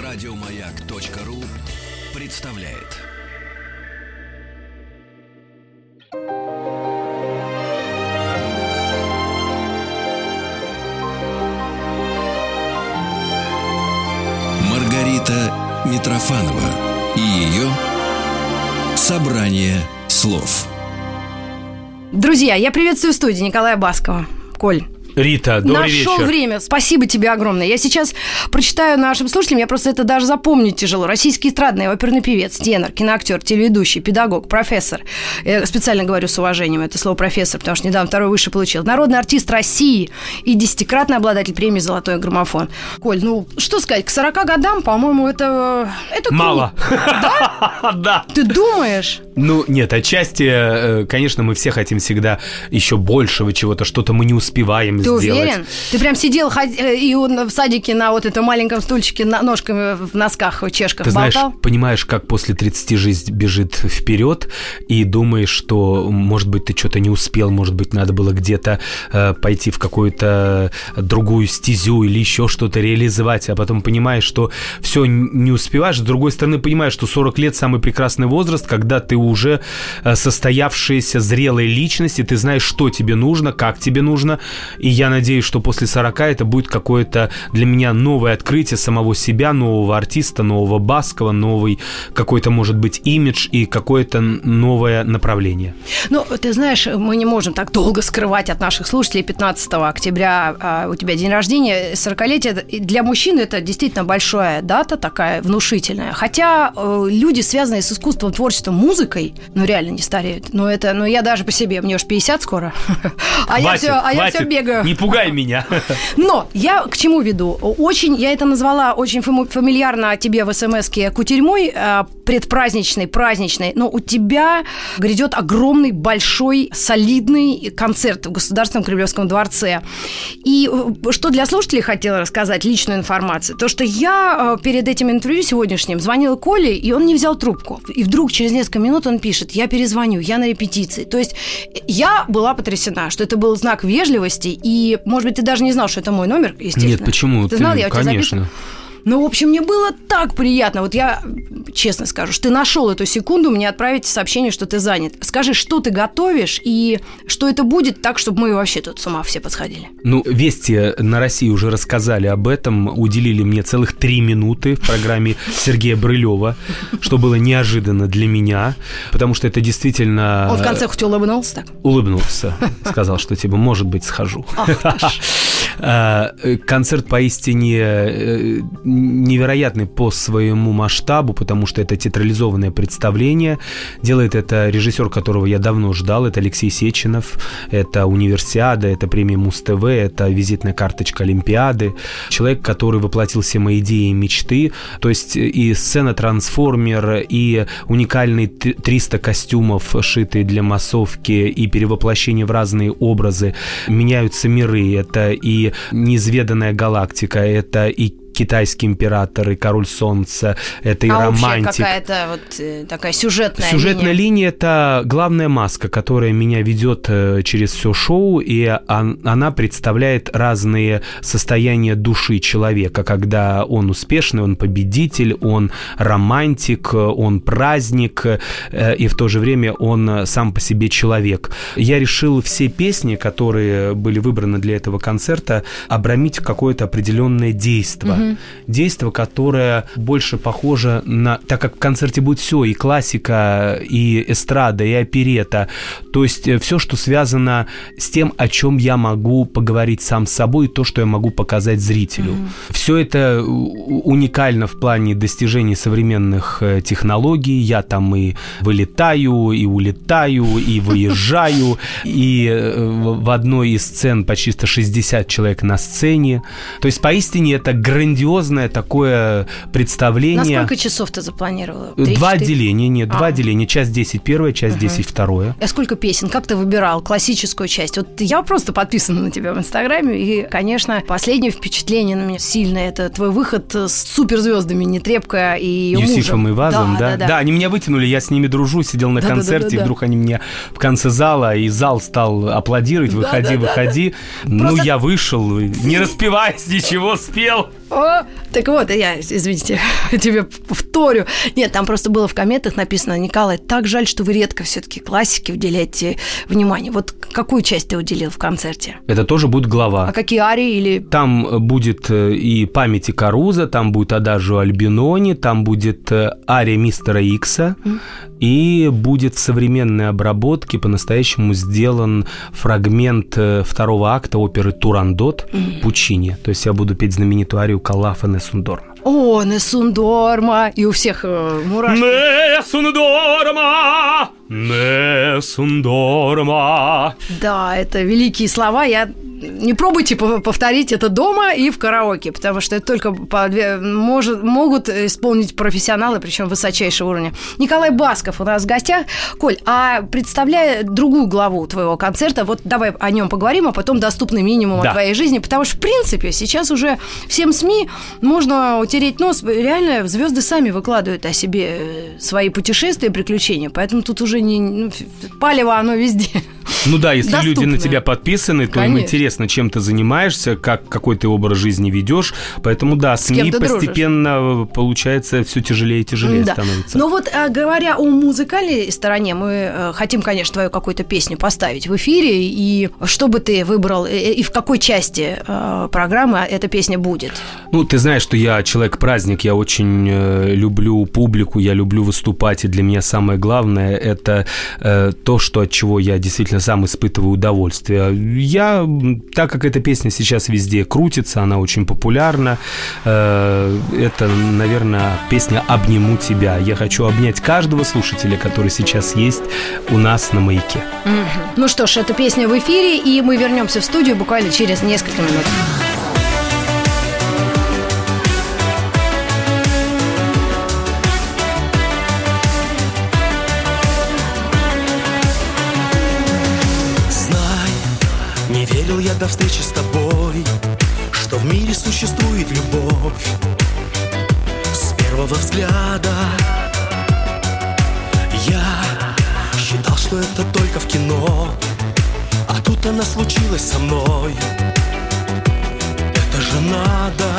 Радиомаяк.ру представляет. Маргарита Митрофанова и ее собрание слов. Друзья, я приветствую в студии Николая Баскова. Коль. Рита, добрый вечер. Нашел время. Спасибо тебе огромное. Я сейчас прочитаю нашим слушателям, я просто это даже запомнить тяжело. Российский эстрадный оперный певец, тенор, киноактер, телеведущий, педагог, профессор. Я специально говорю с уважением это слово профессор, потому что недавно второй высшее получил. Народный артист России и 10-кратный обладатель премии «Золотой граммофон». Коль, ну, что сказать, к 40 годам, по-моему, это мало. Да? Да. Ты думаешь? Ну, нет, отчасти, конечно, мы все хотим всегда еще большего чего-то, что-то мы не успеваем сделать. Ты уверен? Ты прям сидел и он в садике на вот этом маленьком стульчике ножками в носках, в чешках ты болтал? Ты знаешь, понимаешь, как после 30 жизнь бежит вперед, и думаешь, что, может быть, ты что-то не успел, может быть, надо было где-то пойти в какую-то другую стезю или еще что-то реализовать, а потом понимаешь, что все не успеваешь. С другой стороны, понимаешь, что 40 лет самый прекрасный возраст, когда ты уже состоявшаяся зрелая личность, и ты знаешь, что тебе нужно, как тебе нужно. И я надеюсь, что после 40 это будет какое-то для меня новое открытие самого себя, нового артиста, нового Баскова, новый какой-то, может быть, имидж и какое-то новое направление. Ну, ты знаешь, мы не можем так долго скрывать от наших слушателей. 15 октября у тебя день рождения, 40-летие. Для мужчины это действительно большая дата, такая внушительная. Хотя люди, связанные с искусством, творчеством, музыкой, ну, реально не стареют. Но я даже по себе, мне уж 50 скоро. Хватит, я все бегаю. Не пугай меня. Но я к чему веду? Я это назвала очень фамильярно тебе в смс-ке кутерьмой, предпраздничной, праздничной. Но у тебя грядет огромный, большой, солидный концерт в Государственном Кремлевском дворце. И что для слушателей хотела рассказать, личную информацию. То, что я перед этим интервью сегодняшним звонила Коле, и он не взял трубку. И вдруг через несколько минут он пишет: я перезвоню, я на репетиции. То есть я была потрясена, что это был знак вежливости. И, может быть, ты даже не знал, что это мой номер, естественно. Нет, почему? Ты знал, я у тебя конечно. записывала. Ну, в общем, мне было так приятно. Вот я честно скажу, что ты нашел эту секунду мне отправить сообщение, что ты занят. Скажи, что ты готовишь и что это будет так, чтобы мы вообще тут с ума все посходили. Ну, «Вести» на России уже рассказали об этом, уделили мне целых 3 минуты в программе Сергея Брылева, что было неожиданно для меня, потому что это действительно... Он в конце хоть улыбнулся так? Улыбнулся, сказал, что тебе, может быть, схожу. Концерт поистине невероятный по своему масштабу, потому что это театрализованное представление. Делает это режиссер, которого я давно ждал. Это Алексей Сеченов. Это «Универсиада», это премия Муз-ТВ, это визитная карточка Олимпиады. Человек, который воплотил все мои идеи и мечты. То есть и сцена «Трансформер», и уникальные 300 костюмов, шитые для массовки, и перевоплощение в разные образы. Меняются миры. Это и неизведанная галактика, это и китайский император, и король солнца, это и романтик. Вообще какая-то вот такая сюжетная линия. Это главная маска, которая меня ведет через все шоу, и она представляет разные состояния души человека, когда он успешный, он победитель, он романтик, он праздник, и в то же время он сам по себе человек. Я решил все песни, которые были выбраны для этого концерта, обрамить в какое-то определенное действие. Действо, которое больше похоже на... Так как в концерте будет все, и классика, и эстрада, и оперета, то есть все, что связано с тем, о чем я могу поговорить сам с собой, и то, что я могу показать зрителю. Все это уникально в плане достижений современных технологий. Я там и вылетаю, и улетаю, и выезжаю, и в одной из сцен почти 60 человек на сцене. То есть поистине это грандиозное такое представление. На сколько часов ты запланировала? 2 отделения, два отделения. Часть 10 первая, часть 10 вторая. А сколько песен? Как ты выбирал классическую часть? Вот я просто подписана на тебя в Инстаграме, и, конечно, последнее впечатление на меня сильное — это твой выход с суперзвездами Нетребко и ее мужем. Юсифом и Вазом, да? Да, они меня вытянули, я с ними дружу, сидел на концерте, и вдруг они мне в конце зала, и зал стал аплодировать, выходи. Ну, я вышел, не распеваясь, ничего, спел. Так вот, я, извините, тебе вторю. Нет, там просто было в комментах написано: Николай, так жаль, что вы редко все-таки классике уделяете внимание. Вот какую часть ты уделил в концерте? Это тоже будет глава. А какие арии или... Там будет и «Памяти Каруза», там будет «Адажио Альбинони», там будет ария «Мистера Икса», и будет в современной обработке по-настоящему сделан фрагмент второго акта оперы «Турандот» Пуччини. То есть я буду петь знаменитую арию «Каллафа Несsun Dorma». О, Несsun Dorma! И у всех мурашки. Несsun Dorma! Несsun Dorma! Да, это великие слова. Не пробуйте повторить это дома и в караоке, потому что это только могут исполнить профессионалы, причем высочайшего уровня. Николай Басков у нас в гостях. Коль, а представляя другую главу твоего концерта, вот давай о нем поговорим, а потом доступный минимум о твоей жизни, потому что, в принципе, сейчас уже всем СМИ можно утереть нос. Реально, звезды сами выкладывают о себе свои путешествия, приключения, поэтому тут уже палево оно везде. Ну да, если доступное. Люди на тебя подписаны, то Конечно. им интересно, чем ты занимаешься, какой ты образ жизни ведешь. Поэтому да, СМИ постепенно, получается, все тяжелее и тяжелее становится. Но вот говоря о музыкальной стороне, мы хотим, конечно, твою какую-то песню поставить в эфире. И что бы ты выбрал, и в какой части программы эта песня будет? Ну, ты знаешь, что я человек-праздник, я очень люблю публику, я люблю выступать, и для меня самое главное – это то, от чего я действительно сам испытываю удовольствие. Так как эта песня сейчас везде крутится, она очень популярна, это, наверное, песня «Обниму тебя». Я хочу обнять каждого слушателя, который сейчас есть у нас на «Маяке». Ну что ж, эта песня в эфире, и мы вернемся в студию буквально через несколько минут. Я до встречи с тобой, что в мире существует любовь. С первого взгляда я считал, что это только в кино, а тут она случилась со мной. Это же надо.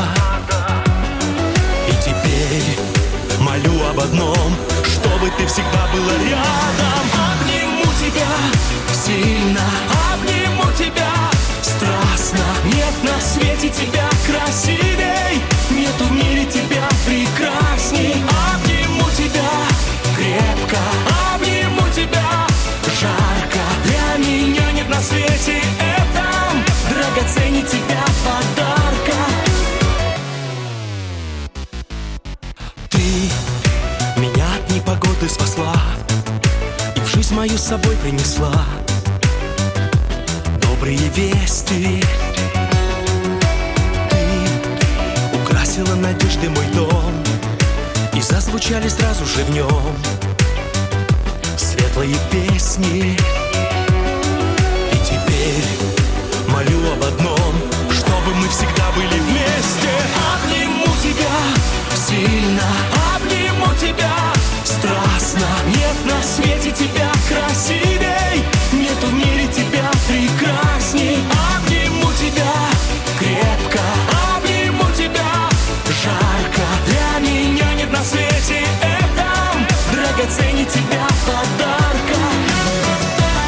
И теперь молю об одном, чтобы ты всегда была рядом. Обниму тебя сильно, обниму тебя страстно. Нет на свете тебя красивей, нету в мире тебя прекрасней. Обниму тебя крепко, обниму тебя жарко. Для меня нет на свете этом драгоценней тебя подарка. Ты меня от непогоды спасла и в жизнь мою с собой принесла добрые вести. Ты украсила надежды мой дом, и зазвучали сразу же в нем светлые песни. И теперь молю об одном, чтобы мы всегда были вместе. Обниму тебя сильно, обниму тебя страстно. Нет на свете тебя красивей, нету в мире тебя прекрасней. Обниму тебя крепко, обниму тебя жарко. Для меня нет на свете этом драгоценней тебя подарка.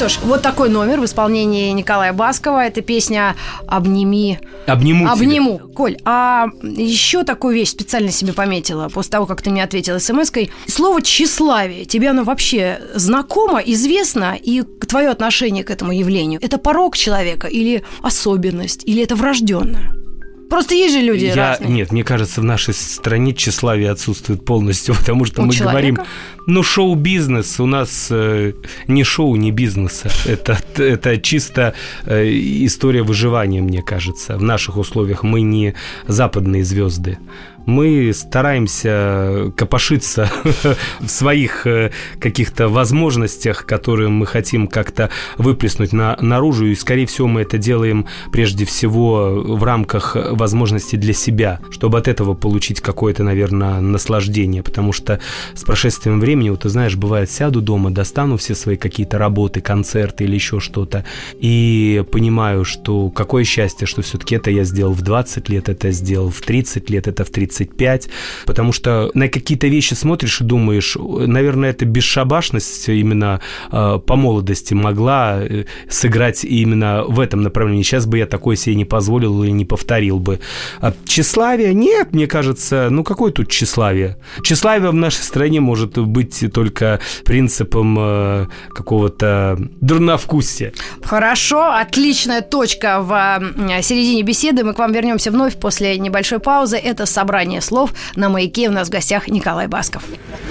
что ж, вот такой номер в исполнении Николая Баскова. Это песня «Обними». Обниму. Коль, а еще такую вещь специально себе пометила после того, как ты мне ответил смс-кой. Слово «тщеславие». Тебе оно вообще знакомо, известно? И твое отношение к этому явлению? Это порок человека или особенность? Или это врожденно? Просто есть же люди разные. Нет, мне кажется, в нашей стране тщеславие отсутствует полностью, потому что мы говорим, шоу-бизнес у нас не шоу, не бизнеса. Это чисто история выживания, мне кажется. В наших условиях мы не западные звезды. Мы стараемся копошиться в своих каких-то возможностях, которые мы хотим как-то выплеснуть наружу, и, скорее всего, мы это делаем прежде всего в рамках возможностей для себя, чтобы от этого получить какое-то, наверное, наслаждение, потому что с прошествием времени, вот ты знаешь, бывает, сяду дома, достану все свои какие-то работы, концерты или еще что-то, и понимаю, что какое счастье, что все-таки это я сделал в 20 лет, это я сделал в 30 лет, это в 35, потому что на какие-то вещи смотришь и думаешь, наверное, эта бесшабашность именно по молодости могла сыграть именно в этом направлении. Сейчас бы я такое себе не позволил и не повторил бы. А тщеславие? Нет, мне кажется, какое тут тщеславие? Тщеславие в нашей стране может быть только принципом какого-то дурновкусия. Хорошо, отличная точка в середине беседы. Мы к вам вернемся вновь после небольшой паузы. Это «Собрание слов» на «Маяке». У нас в гостях Николай Басков.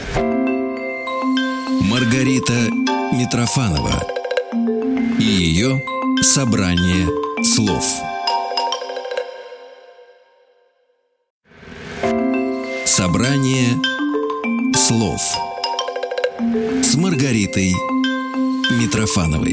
Маргарита Митрофанова и ее «Собрание слов». Собрание слов с Маргаритой Митрофановой.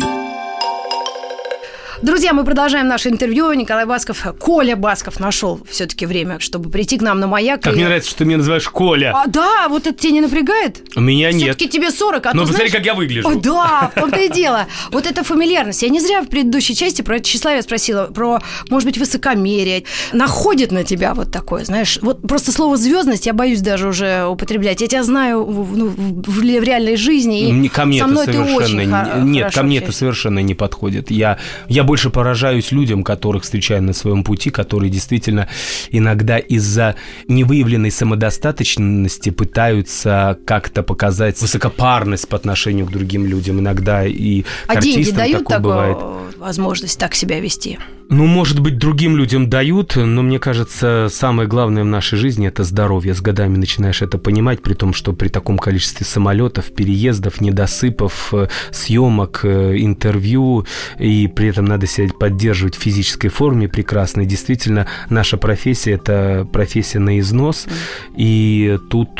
Друзья, мы продолжаем наше интервью. Николай Басков, Коля Басков нашел все-таки время, чтобы прийти к нам на «Маяк». Как мне нравится, что ты меня называешь Коля. Да, вот это тебя не напрягает? Меня нет. Все-таки тебе 40, Но посмотри, как я выгляжу. Да, в том-то и дело. Вот это фамильярность. Я не зря в предыдущей части про тщеславие спросила, про, может быть, высокомерие. Находит на тебя вот такое, знаешь. Вот просто слово «звездность» я боюсь даже уже употреблять. Я тебя знаю в реальной жизни, и ко мне со мной ты очень Нет, ко мне это совершенно не подходит. Я больше поражаюсь людям, которых встречаю на своем пути, которые действительно иногда из-за невыявленной самодостаточности пытаются как-то показать высокопарность по отношению к другим людям. Иногда и к артистам деньги дают такое бывает. Возможность так себя вести? Может быть, другим людям дают, но мне кажется, самое главное в нашей жизни – это здоровье. С годами начинаешь это понимать, при том, что при таком количестве самолетов, переездов, недосыпов, съемок, интервью, и при этом надо себя поддерживать в физической форме прекрасной. Действительно, наша профессия – это профессия на износ, и тут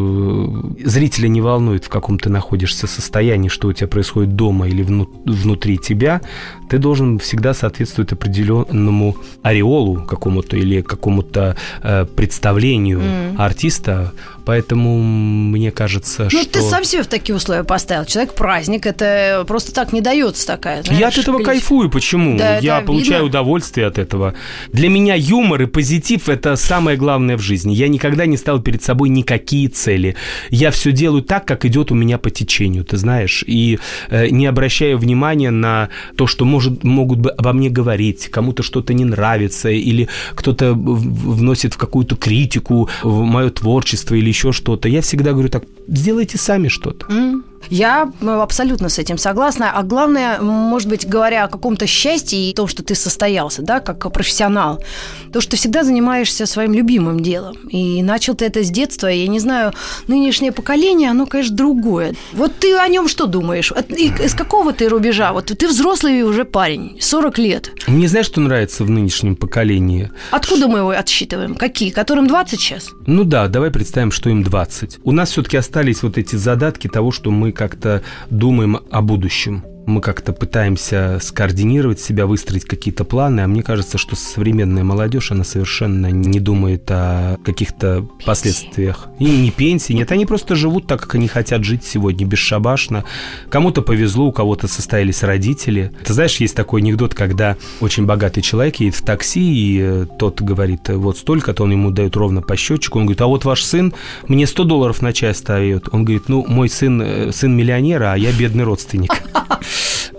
зрителя не волнует, в каком ты находишься состоянии, что у тебя происходит дома или внутри тебя. Ты должен всегда соответствовать определенному ореолу какому-то или какому-то представлению артиста. Поэтому мне кажется, что... ты сам себе в такие условия поставил. Человек-праздник, это просто так не дается такая. Знаешь, я от этого кайфую. Почему? Да, я получаю удовольствие от этого. Для меня юмор и позитив – это самое главное в жизни. Я никогда не ставил перед собой никакие цели. Я все делаю так, как идет у меня по течению, ты знаешь. И не обращаю внимания на то, что могут обо мне говорить, кому-то что-то не нравится, или кто-то вносит в какую-то критику в мое творчество или еще что-то. Я всегда говорю так: сделайте сами что-то. Я абсолютно с этим согласна. А главное, может быть, говоря о каком-то счастье и о том, что ты состоялся, да, как профессионал, то, что ты всегда занимаешься своим любимым делом. И начал ты это с детства. Я не знаю, нынешнее поколение, оно, конечно, другое. Вот ты о нем что думаешь? Из какого ты рубежа? Вот ты взрослый уже парень, 40 лет. Мне знаешь, что нравится в нынешнем поколении? Откуда мы его отсчитываем? Какие? Которым 20 сейчас? Да, давай представим, что им 20. У нас все-таки остались вот эти задатки того, что мы как-то думаем о будущем. Мы как-то пытаемся скоординировать себя, выстроить какие-то планы, а мне кажется, что современная молодежь, она совершенно не думает о каких-то последствиях. И не пенсии, нет, они просто живут так, как они хотят жить сегодня, бесшабашно. Кому-то повезло, у кого-то состоялись родители. Ты знаешь, есть такой анекдот, когда очень богатый человек едет в такси, и тот говорит, вот столько-то, он ему дает ровно по счетчику, он говорит, а вот ваш сын мне $100 на чай ставит. Он говорит, мой сын миллионера, а я бедный родственник.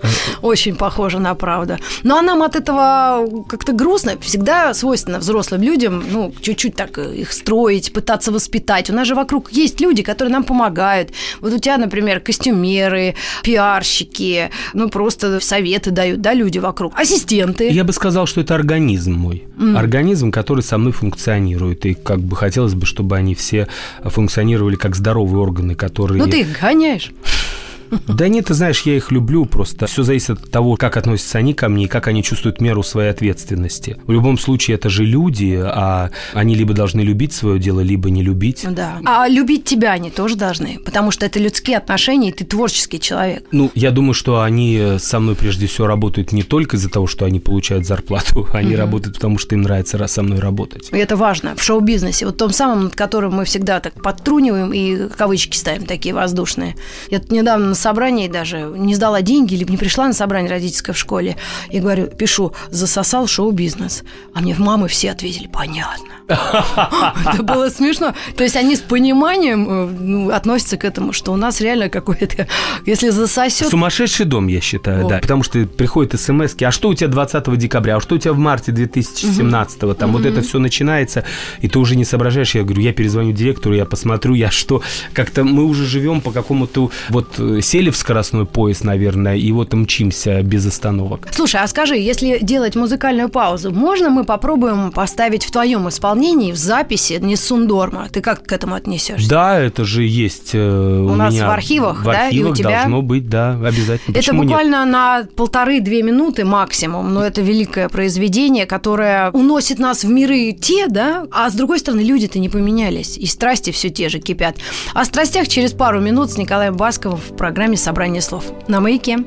Очень похоже на правду. Но нам от этого как-то грустно. Всегда свойственно взрослым людям, чуть-чуть так их строить, пытаться воспитать. У нас же вокруг есть люди, которые нам помогают. Вот у тебя, например, костюмеры, пиарщики, просто советы дают, да, люди вокруг. Ассистенты. Я бы сказал, что это организм мой. Организм, который со мной функционирует. И как бы хотелось бы, чтобы они все функционировали как здоровые органы, которые... Ну, ты их гоняешь. Да нет, ты знаешь, я их люблю, просто все зависит от того, как относятся они ко мне и как они чувствуют меру своей ответственности. В любом случае, это же люди, а они либо должны любить свое дело, либо не любить. Да. А любить тебя они тоже должны, потому что это людские отношения, и ты творческий человек. Я думаю, что они со мной прежде всего работают не только из-за того, что они получают зарплату, они работают, потому что им нравится со мной работать. И это важно в шоу-бизнесе, вот том самом, над которым мы всегда так подтруниваем и кавычки ставим такие воздушные. Я тут недавно на собрании даже не сдала деньги или не пришла на собрание родительское в школе. И говорю, пишу, засосал шоу-бизнес. А мне мамы все ответили, понятно. Это было смешно. То есть они с пониманием относятся к этому, что у нас реально какой-то, если засосет... Сумасшедший дом, я считаю, да. Потому что приходят смс-ки, а что у тебя 20 декабря, а что у тебя в марте 2017-го, там вот это все начинается, и ты уже не соображаешь. Я говорю, я перезвоню директору, я посмотрю, я что... Как-то мы уже живем по какому-то... Сели в скоростной поезд, наверное, и мчимся без остановок. Слушай, а скажи, если делать музыкальную паузу, можно мы попробуем поставить в твоем исполнении в записи «Нессун Дорма»? Ты как к этому отнесешься? Да, это же есть у нас в архивах, да? И у тебя должно быть, да, обязательно. Почему это буквально нет? На 1,5-2 минуты максимум, но это великое произведение, которое уносит нас в миры те, да? А с другой стороны, люди-то не поменялись, и страсти все те же кипят. О страстях через пару минут с Николаем Басковым в программе «Собрание слов» на Маяке.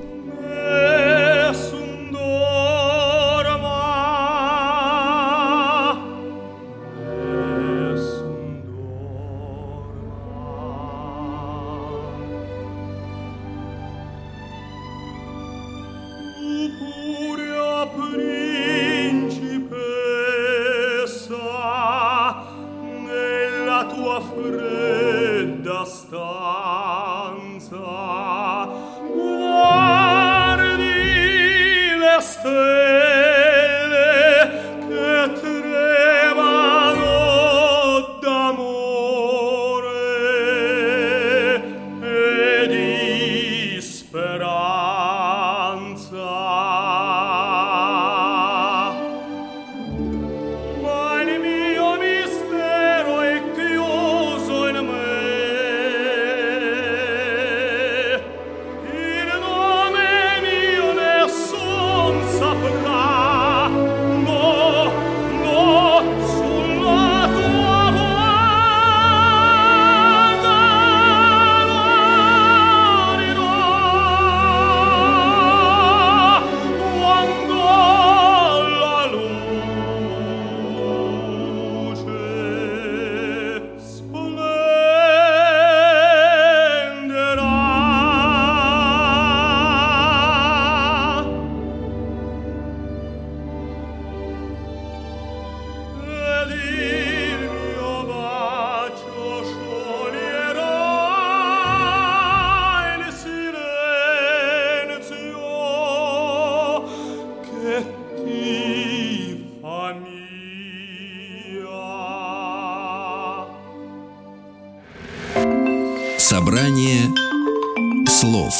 Собрание слов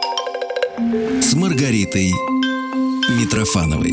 с Маргаритой Митрофановой.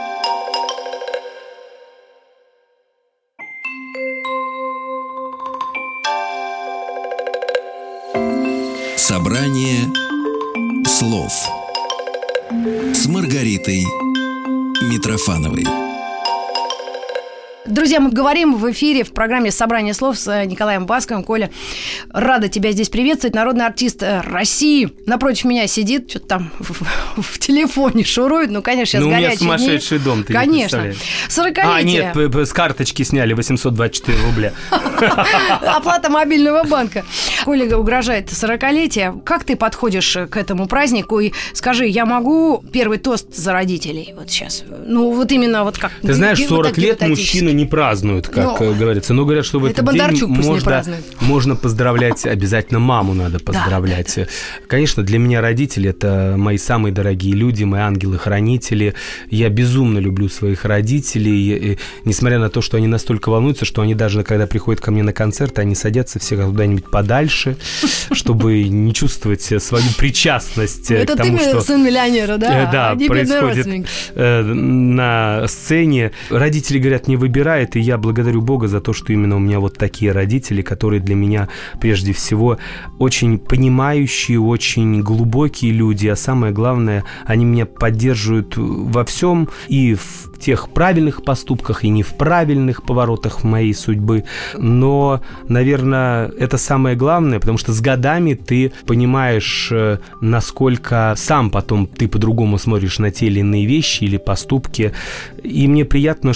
Собрание слов с Маргаритой Митрофановой. Друзья, мы говорим в эфире в программе «Собрание слов» с Николаем Басковым. Коля, рада тебя здесь приветствовать. Народный артист России. Напротив меня сидит, что-то там в телефоне шурует. Ну, конечно, сейчас горячие дни. У меня сумасшедший дом, ты конечно. Не представляешь. 40-летие. А, нет, с карточки сняли 824 рубля. Оплата мобильного банка. Коля угрожает 40-летие. Как ты подходишь к этому празднику? И скажи, я могу первый тост за родителей вот сейчас? Ну, вот именно вот как... Ты знаешь, 40 лет мужчина не празднуют, как говорится. Но говорят, что в этот день можно поздравлять, обязательно маму надо поздравлять. Да. Конечно, для меня родители – это мои самые дорогие люди, мои ангелы-хранители. Я безумно люблю своих родителей. И, несмотря на то, что они настолько волнуются, что они даже, когда приходят ко мне на концерт, они садятся все куда-нибудь подальше, чтобы не чувствовать свою причастность к тому, что... Это ты сын миллионера, да? Да, происходит на сцене. Родители говорят, не выбирает, и я благодарю Бога за то, что именно у меня вот такие родители, которые для меня прежде всего очень понимающие, очень глубокие люди, а самое главное, они меня поддерживают во всем, и в тех правильных поступках, и не в правильных поворотах моей судьбы. Но, наверное, это самое главное, потому что с годами ты понимаешь, насколько сам потом ты по-другому смотришь на те или иные вещи или поступки. И мне приятно,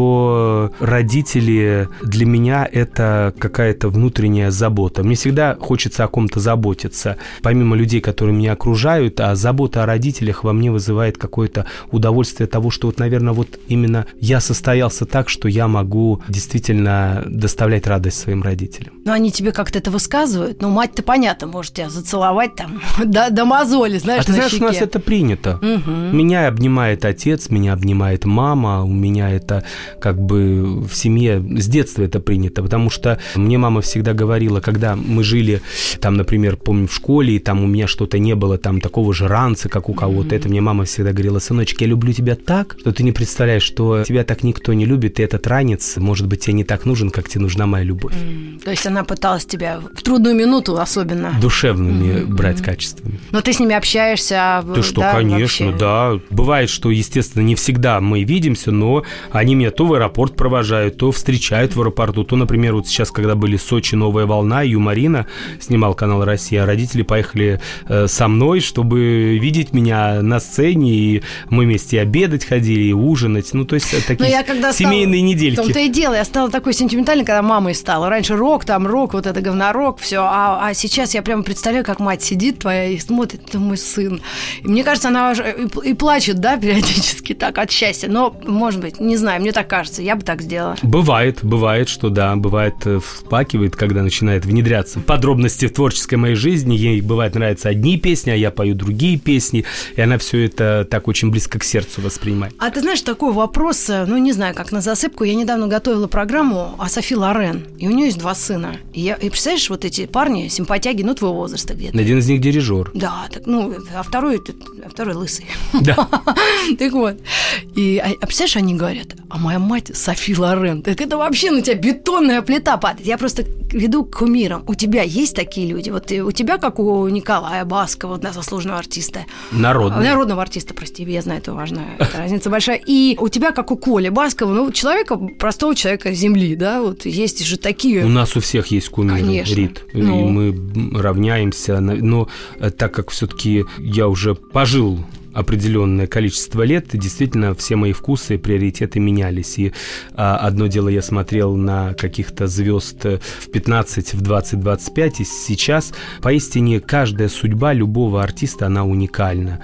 что родители для меня это какая-то внутренняя забота. Мне всегда хочется о ком-то заботиться. Помимо людей, которые меня окружают, а забота о родителях во мне вызывает какое-то удовольствие того, что вот, наверное, вот именно я состоялся так, что я могу действительно доставлять радость своим родителям. Но они тебе как-то это высказывают? Ну, мать-то, понятно, может тебя зацеловать там до мозоли, знаешь, на щеке. А ты знаешь, у нас это принято. Угу. Меня обнимает отец, меня обнимает мама, у меня это как бы в семье с детства это принято, потому что мне мама всегда говорила, когда мы жили там, например, помню, в школе, и там у меня что-то не было там такого же ранца, как у кого-то, это мне мама всегда говорила: сыночек, я люблю тебя так, что ты не представляешь, что тебя так никто не любит, и этот ранец, может быть, тебе не так нужен, как тебе нужна моя любовь. То есть она пыталась тебя в трудную минуту особенно душевными брать качествами. Но ты с ними общаешься? Ты что, да, конечно, вообще? Да. Бывает, что, естественно, не всегда мы видимся, но они меня то в аэропорт провожают, то встречают в аэропорту, то, например, вот сейчас, когда были Сочи, «Новая волна», Юмарина снимал канал «Россия», родители поехали со мной, чтобы видеть меня на сцене, и мы вместе обедать ходили, и ужинать, ну, то есть такие семейные недельки. В том-то и дело, я стала такой сентиментальной, когда мамой стала. Раньше рок, вот это говнорок, все, а сейчас я прямо представляю, как мать сидит твоя и смотрит: это мой сын. И мне кажется, она и плачет, да, периодически так от счастья, но, может быть, не знаю, мне так кажется, я бы так сделала. Бывает, что да, бывает всплакивает, когда начинает внедряться подробности в творческой моей жизни, ей бывает нравятся одни песни, а я пою другие песни, и она все это так очень близко к сердцу воспринимает. А ты знаешь, такой вопрос, ну, не знаю, как на засыпку, я недавно готовила программу о Софи Лорен, и у нее есть 2 сына, и представляешь, вот эти парни, симпатяги, ну, твоего возраста где-то. Один из них дирижер. Да, так, ну, а второй лысый. Да. Так вот. И представляешь, они говорят: а моя мать Софи Лорен. Так это вообще на тебя бетонная плита падает. Я просто веду к кумирам. У тебя есть такие люди? Вот у тебя, как у Николая Баскова, заслуженного артиста. Народного артиста, прости, я знаю, это важная разница большая. И у тебя, как у Коли Баскова, ну, человека, простого человека земли, да, вот есть же такие. У нас у всех есть кумиры, конечно. Рит. И мы равняемся. Но так как все-таки я уже пожил определенное количество лет, действительно, все мои вкусы и приоритеты менялись. И одно дело, я смотрел на каких-то звезд в 15, в 20, 25, и сейчас поистине каждая судьба любого артиста, она уникальна.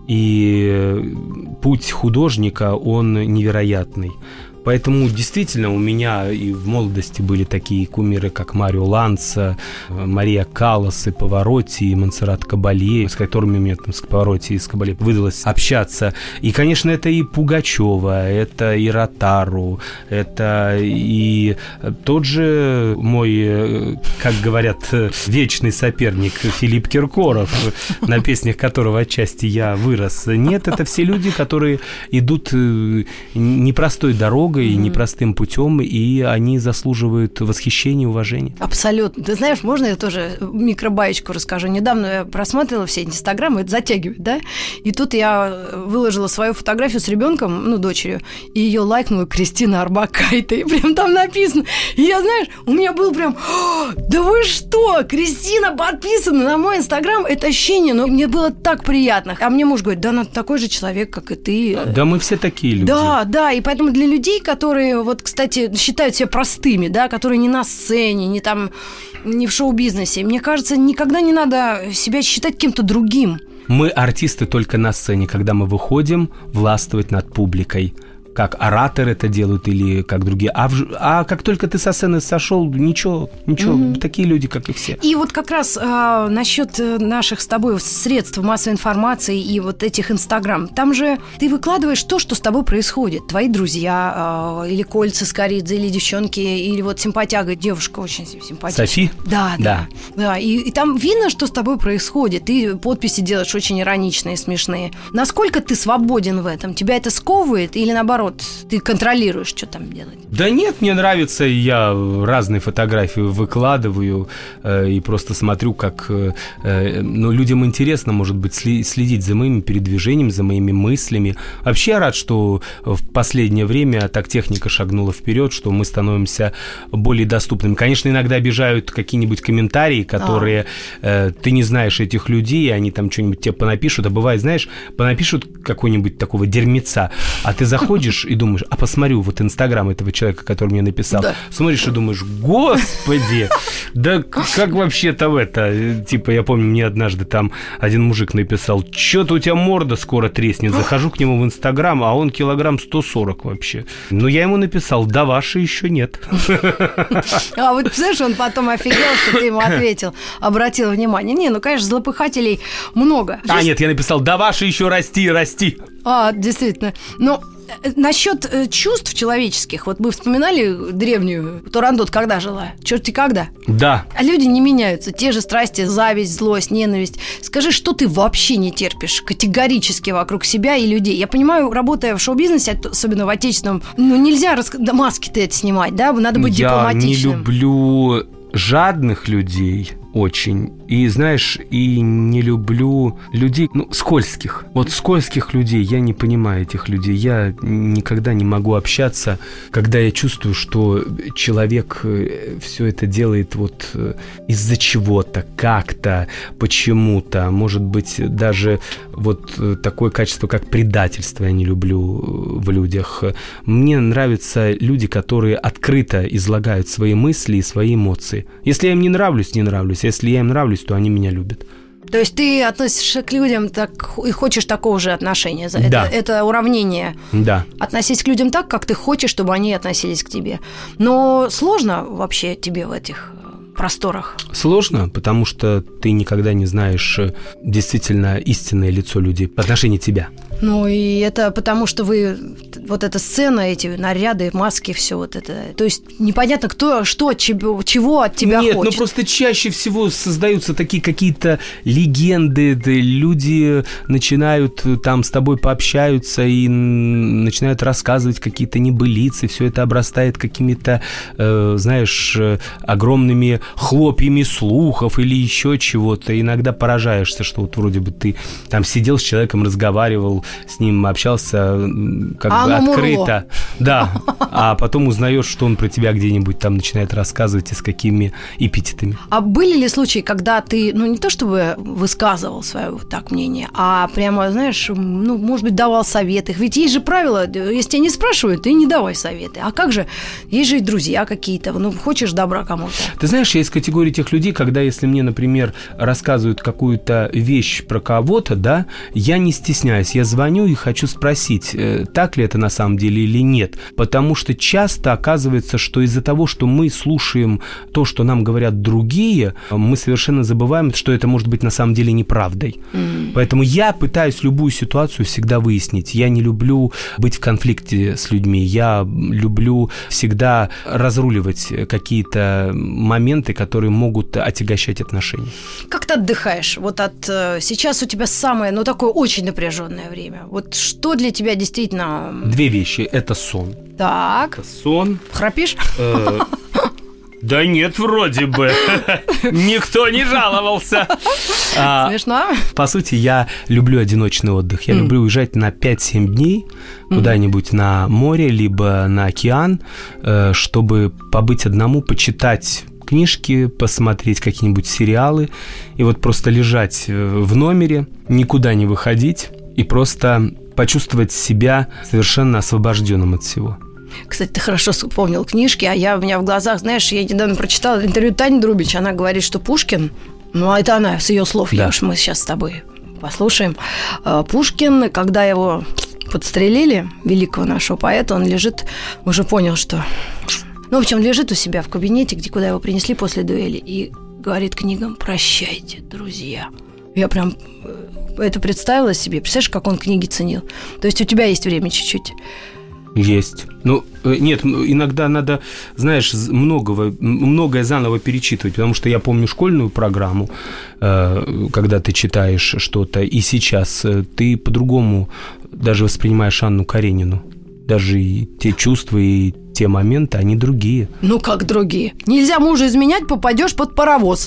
И путь художника, он невероятный. Поэтому действительно у меня и в молодости были такие кумиры, как Марио Ланца, Мария Каллас и Паваротти, и Монсеррат Кабалье, с которыми мне там с Паваротти и с Кабалье выдалось общаться. И, конечно, это и Пугачева, это и Ротару, это и тот же мой, как говорят, вечный соперник Филипп Киркоров, на песнях которого отчасти я вырос. Нет, это все люди, которые идут непростой дорогой, и непростым путем, и они заслуживают восхищения и уважения. Абсолютно. Ты знаешь, можно я тоже микробаечку расскажу? Недавно я просматривала все инстаграмы, это затягивает, да? И тут я выложила свою фотографию с ребенком, ну, дочерью, и ее лайкнула Кристина Орбакайте, и прям там написано. И я, знаешь, у меня был прям: да вы что, Кристина подписана на мой инстаграм? Это ощущение, но мне было так приятно. А мне муж говорит: да она такой же человек, как и ты. Да мы все такие люди. Да, и поэтому для людей, которые, вот, кстати, считают себя простыми, да, которые не на сцене, не там, не в шоу-бизнесе, мне кажется, никогда не надо себя считать кем-то другим. Мы артисты только на сцене, когда мы выходим властвовать над публикой. как ораторы это делают или как другие. А как только ты со сцены сошел, ничего, такие люди, как и все. И вот как раз насчет наших с тобой средств массовой информации и вот этих Инстаграм. Там же ты выкладываешь то, что с тобой происходит. Твои друзья, или Кольца Скоридзе, или девчонки, или вот симпатяга, девушка очень симпатичная. Софи? Да. И там видно, что с тобой происходит. Ты подписи делаешь очень ироничные, смешные. Насколько ты свободен в этом? Тебя это сковывает или, наоборот, ты контролируешь, что там делать? Да нет, мне нравится, я разные фотографии выкладываю и просто смотрю, как людям интересно, может быть, следить за моими передвижениями, за моими мыслями. Вообще я рад, что в последнее время так техника шагнула вперед, что мы становимся более доступными. Конечно, иногда обижают какие-нибудь комментарии, которые ты не знаешь этих людей, и они там что-нибудь тебе понапишут, а бывает, знаешь, понапишут какого-нибудь такого дерьмеца, а ты заходишь и думаешь, а посмотрю вот Инстаграм этого человека, который мне написал. Да. Смотришь и думаешь, господи, да как вообще-то типа, я помню, мне однажды там один мужик написал, что-то у тебя морда скоро треснет. Захожу к нему в Инстаграм, а он килограмм 140 вообще. Но я ему написал, да ваши еще нет. А вот, знаешь, он потом офигел, что ты ему ответил, обратил внимание. Не, конечно, злопыхателей много. Нет, я написал, да ваши еще расти. Действительно. Но насчет чувств человеческих, вот мы вспоминали древнюю Турандот, когда жила? Черти когда? Да. А люди не меняются. Те же страсти, зависть, злость, ненависть. Скажи, что ты вообще не терпишь категорически вокруг себя и людей? Я понимаю, работая в шоу-бизнесе, особенно в отечественном, нельзя маски-то это снимать, да? Надо быть дипломатичным. Я не люблю жадных людей очень. И, знаешь, и не люблю людей, скользких. Вот скользких людей, я не понимаю этих людей. Я никогда не могу общаться, когда я чувствую, что человек все это делает вот из-за чего-то, как-то, почему-то. Может быть, даже вот такое качество, как предательство, я не люблю в людях. Мне нравятся люди, которые открыто излагают свои мысли и свои эмоции. Если я им не нравлюсь, если я им нравлюсь, то они меня любят. То есть ты относишься к людям так и хочешь такого же отношения? Да. Это уравнение. Да. Относись к людям так, как ты хочешь, чтобы они относились к тебе. Но сложно вообще тебе в этих просторах? Сложно, потому что ты никогда не знаешь действительно истинное лицо людей по отношению к тебе. И это потому, что вы... Вот эта сцена, эти наряды, маски, все вот это... То есть непонятно, кто, что, чего от тебя хочет. Нет, просто чаще всего создаются такие какие-то легенды, люди начинают там с тобой пообщаются и начинают рассказывать какие-то небылицы, все это обрастает какими-то, знаешь, огромными хлопьями слухов или еще чего-то. Иногда поражаешься, что вот вроде бы ты там сидел с человеком, разговаривал, с ним общался как бы открыто. Да. А потом узнаешь, что он про тебя где-нибудь там начинает рассказывать и с какими эпитетами. А были ли случаи, когда ты, не то чтобы высказывал свое мнение, а прямо, знаешь, может быть, давал советы? Ведь есть же правило, если тебя не спрашивают, ты не давай советы. А как же? Есть же и друзья какие-то, хочешь добра кому-то. Ты знаешь, я из категории тех людей, когда, если мне, например, рассказывают какую-то вещь про кого-то, да, я не стесняюсь, я звоню и хочу спросить, так ли это на самом деле или нет. Потому что часто оказывается, что из-за того, что мы слушаем то, что нам говорят другие, мы совершенно забываем, что это может быть на самом деле неправдой. Поэтому я пытаюсь любую ситуацию всегда выяснить. Я не люблю быть в конфликте с людьми. Я люблю всегда разруливать какие-то моменты, которые могут отягощать отношения. Как ты отдыхаешь? Вот сейчас у тебя самое, такое очень напряженное время. Вот что для тебя действительно... Две вещи. Это сон. Так. Это сон. Храпишь? Да нет, вроде бы. Никто не жаловался. Смешно. По сути, я люблю одиночный отдых. Я люблю уезжать на 5-7 дней куда-нибудь на море, либо на океан, чтобы побыть одному, почитать книжки, посмотреть какие-нибудь сериалы и вот просто лежать в номере, никуда не выходить и просто почувствовать себя совершенно освобожденным от всего. Кстати, ты хорошо вспомнил книжки, у меня в глазах, знаешь, я недавно прочитала интервью Тани Друбич, она говорит, что Пушкин, это она, с ее слов, мы сейчас с тобой послушаем. Пушкин, когда его подстрелили, великого нашего поэта, он лежит, уже понял, что... Ну, в общем, лежит у себя в кабинете, куда его принесли после дуэли, и говорит книгам: «Прощайте, друзья». Я прям это представила себе. Представляешь, как он книги ценил? То есть у тебя есть время чуть-чуть? Есть. Ну, нет, иногда надо, знаешь, многое заново перечитывать, потому что я помню школьную программу, когда ты читаешь что-то, и сейчас ты по-другому даже воспринимаешь Анну Каренину. Даже и те чувства, и те моменты, они другие. Ну, как другие? Нельзя мужа изменять, попадешь под паровоз.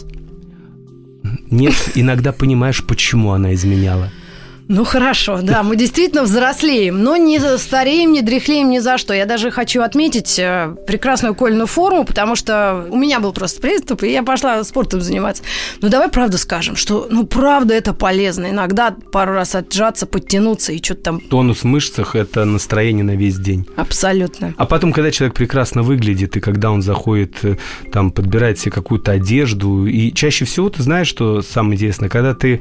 Нет, иногда понимаешь, почему она изменяла. Ну, хорошо, да, мы действительно взрослеем, но не стареем, не дряхлеем ни за что. Я даже хочу отметить прекрасную Колину форму, потому что у меня был просто приступ, и я пошла спортом заниматься. Ну, давай правду скажем, что, ну, правда, это полезно. Иногда пару раз отжаться, подтянуться и что-то там... Тонус в мышцах – это настроение на весь день. Абсолютно. А потом, когда человек прекрасно выглядит, и когда он заходит, там, подбирает себе какую-то одежду, и чаще всего ты знаешь, что самое интересное, когда ты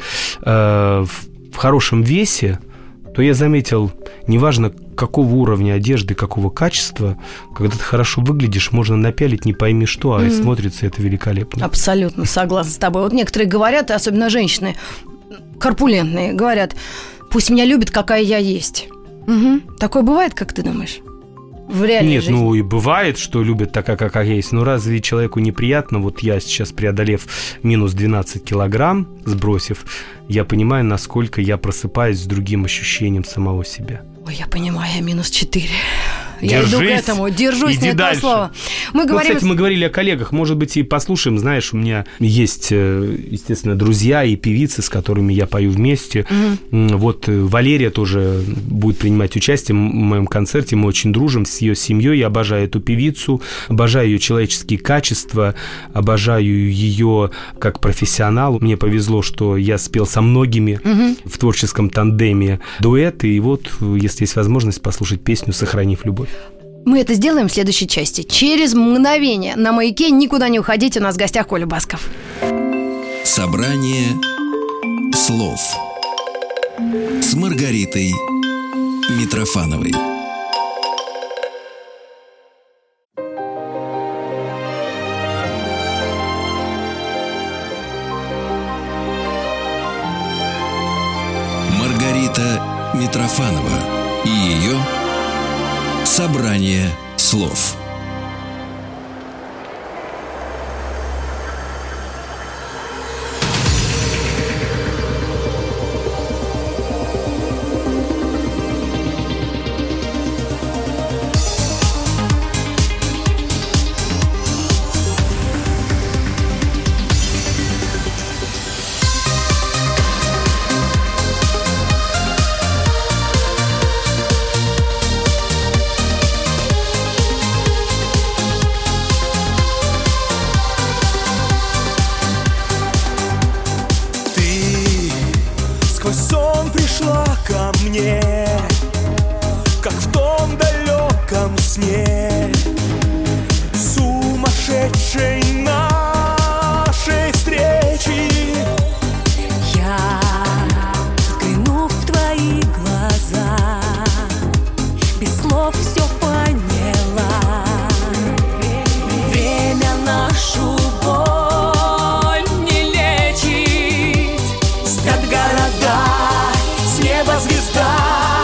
в хорошем весе, то я заметил, неважно, какого уровня одежды, какого качества, когда ты хорошо выглядишь, можно напялить не пойми что, и смотрится это великолепно. Абсолютно согласна с тобой. Вот некоторые говорят, особенно женщины, корпулентные, говорят: «Пусть меня любят, какая я есть». Угу. Такое бывает, как ты думаешь? В реальной Нет, жизни? ну и бывает, что любят такая, какая есть. Но разве человеку неприятно? Вот я сейчас, преодолев минус 12 килограмм, сбросив, я понимаю, насколько я просыпаюсь с другим ощущением самого себя. Ой, я понимаю, я минус 4. Держись, я иду к этому, держусь, иди не дальше. то слово. Кстати, мы говорили о коллегах, может быть, и послушаем. Знаешь, у меня есть, естественно, друзья и певицы, с которыми я пою вместе. Вот Валерия тоже будет принимать участие в моем концерте. Мы очень дружим с ее семьей. Я обожаю эту певицу, обожаю ее человеческие качества, обожаю ее как профессионал. Мне повезло, что я спел со многими в творческом тандеме дуэт. И вот, если есть возможность, послушать песню «Сохранив любовь». Мы это сделаем в следующей части. Через мгновение. На «Маяке» никуда не уходите. У нас в гостях Коля Басков. Собрание слов с Маргаритой Митрофановой. Маргарита Митрофанова и ее собрание слов. Как в том далеком сне, сумасшедшей нашей встречи. Я взгляну в твои глаза, без слов все поняла. Время нашу боль не лечит. Спят города, с неба звезда.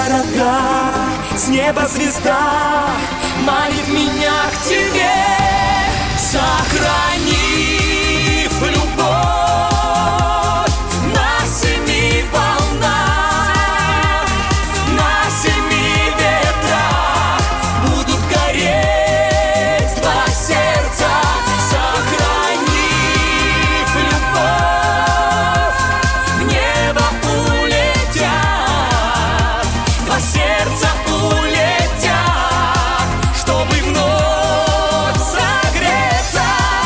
дорога, с неба звезда манит меня к тебе. Сохранив любовь на 7 волнах, на 7 ветрах будут гореть 2 сердца. Сохранив любовь, в небо улетят, 2 сердца улетят, чтобы вновь согреться.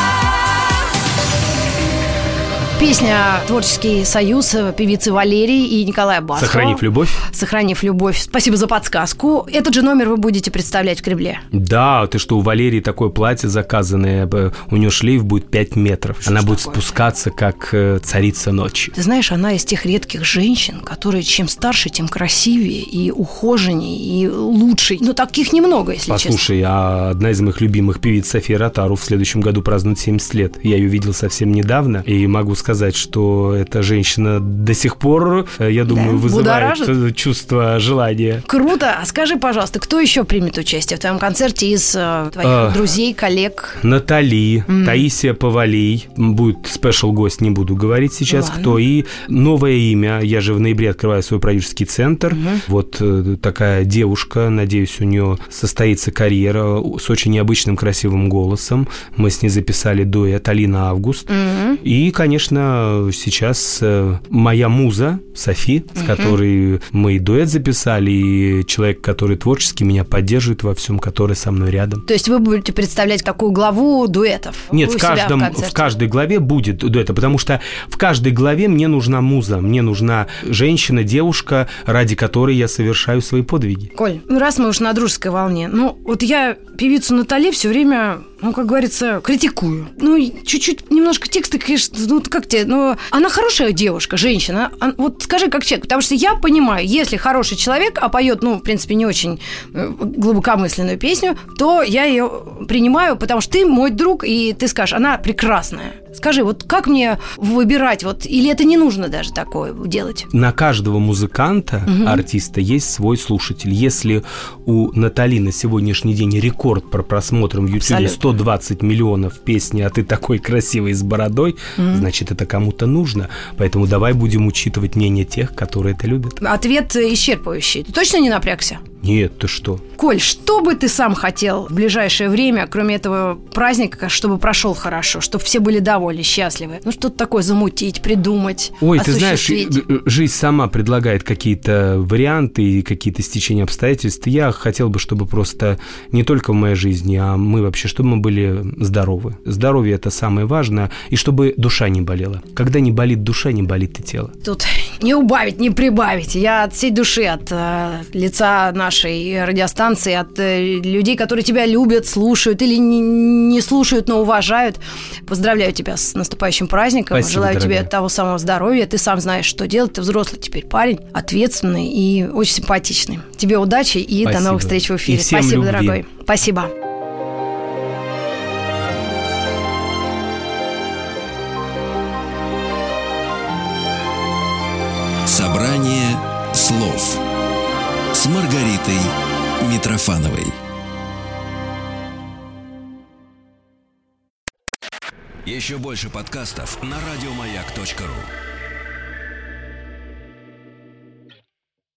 Песня «Творческий союз» певицы Валерии и Николая Баскова. «Сохранив любовь». «Сохранив любовь». Спасибо за подсказку. Этот же номер вы будете представлять в Кремле. Да, ты что, у Валерии такое платье заказанное, у нее шлейф будет 5 метров. Она будет спускаться, как царица ночи. Ты знаешь, она из тех редких женщин, которые чем старше, тем красивее и ухоженнее, и лучше. Но таких немного, если честно. Послушай, а одна из моих любимых певиц София Ротару в следующем году празднует 70 лет. Я ее видел совсем недавно, и могу сказать, что эта женщина до сих пор, я думаю, вызывает чувство желания. Круто. А скажи, пожалуйста, кто еще примет участие в твоем концерте из твоих друзей, коллег? Натали, Таисия Повалий. Будет спешл-гость, не буду говорить сейчас, кто. И новое имя. Я же в ноябре открываю свой продюсерский центр. Вот такая девушка, надеюсь, у нее состоится карьера с очень необычным красивым голосом. Мы с ней записали дуэт «Алина Август». И, конечно, сейчас моя муза Софи, с которой мы и дуэт записали, и человек, который творчески меня поддерживает во всем, который со мной рядом. То есть вы будете представлять такую главу дуэтов? Нет, в каждой главе будет дуэта, потому что в каждой главе мне нужна муза, мне нужна женщина, девушка, ради которой я совершаю свои подвиги. Коль, раз мы уж на дружеской волне, вот я певицу Натали все время, как говорится, критикую. Чуть-чуть, немножко текста, конечно, как тебе, она хорошая девушка, женщина. Вот скажи, как человек, потому что я понимаю, если хороший человек, а поет, в принципе, не очень глубокомысленную песню, то я ее принимаю, потому что ты мой друг, и ты скажешь, она прекрасная. Скажи, вот как мне выбирать, или это не нужно даже такое делать? На каждого музыканта, артиста, есть свой слушатель. Если у Натали на сегодняшний день рекорд по просмотрам в YouTube 120 миллионов песни «А ты такой красивый с бородой», значит, это кому-то нужно. Поэтому давай будем учитывать мнение тех, которые это любят. Ответ исчерпывающий. Ты точно не напрягся? Нет, ты что? Коль, что бы ты сам хотел в ближайшее время, кроме этого праздника, чтобы прошел хорошо, чтобы все были довольны, счастливы? Что-то такое замутить, придумать, Ой, ты знаешь, жизнь сама предлагает какие-то варианты и какие-то стечения обстоятельств. Я хотел бы, чтобы просто не только в моей жизни, а мы вообще, чтобы мы были здоровы. Здоровье – это самое важное, и чтобы душа не болела. Когда не болит душа, не болит и тело. Тут не убавить, не прибавить. Я от всей души, от лица нашей радиостанции, от людей, которые тебя любят, слушают или не слушают, но уважают. Поздравляю тебя с наступающим праздником. Спасибо, желаю дорогая. тебе того самого здоровья. Ты сам знаешь, что делать. Ты взрослый теперь парень, ответственный и очень симпатичный. Тебе удачи и Спасибо. до новых встреч в эфире. И всем Спасибо, любви. дорогой. Спасибо. Собрание слов с Маргаритой Митрофановой. Еще больше подкастов на радиомаяк.ру.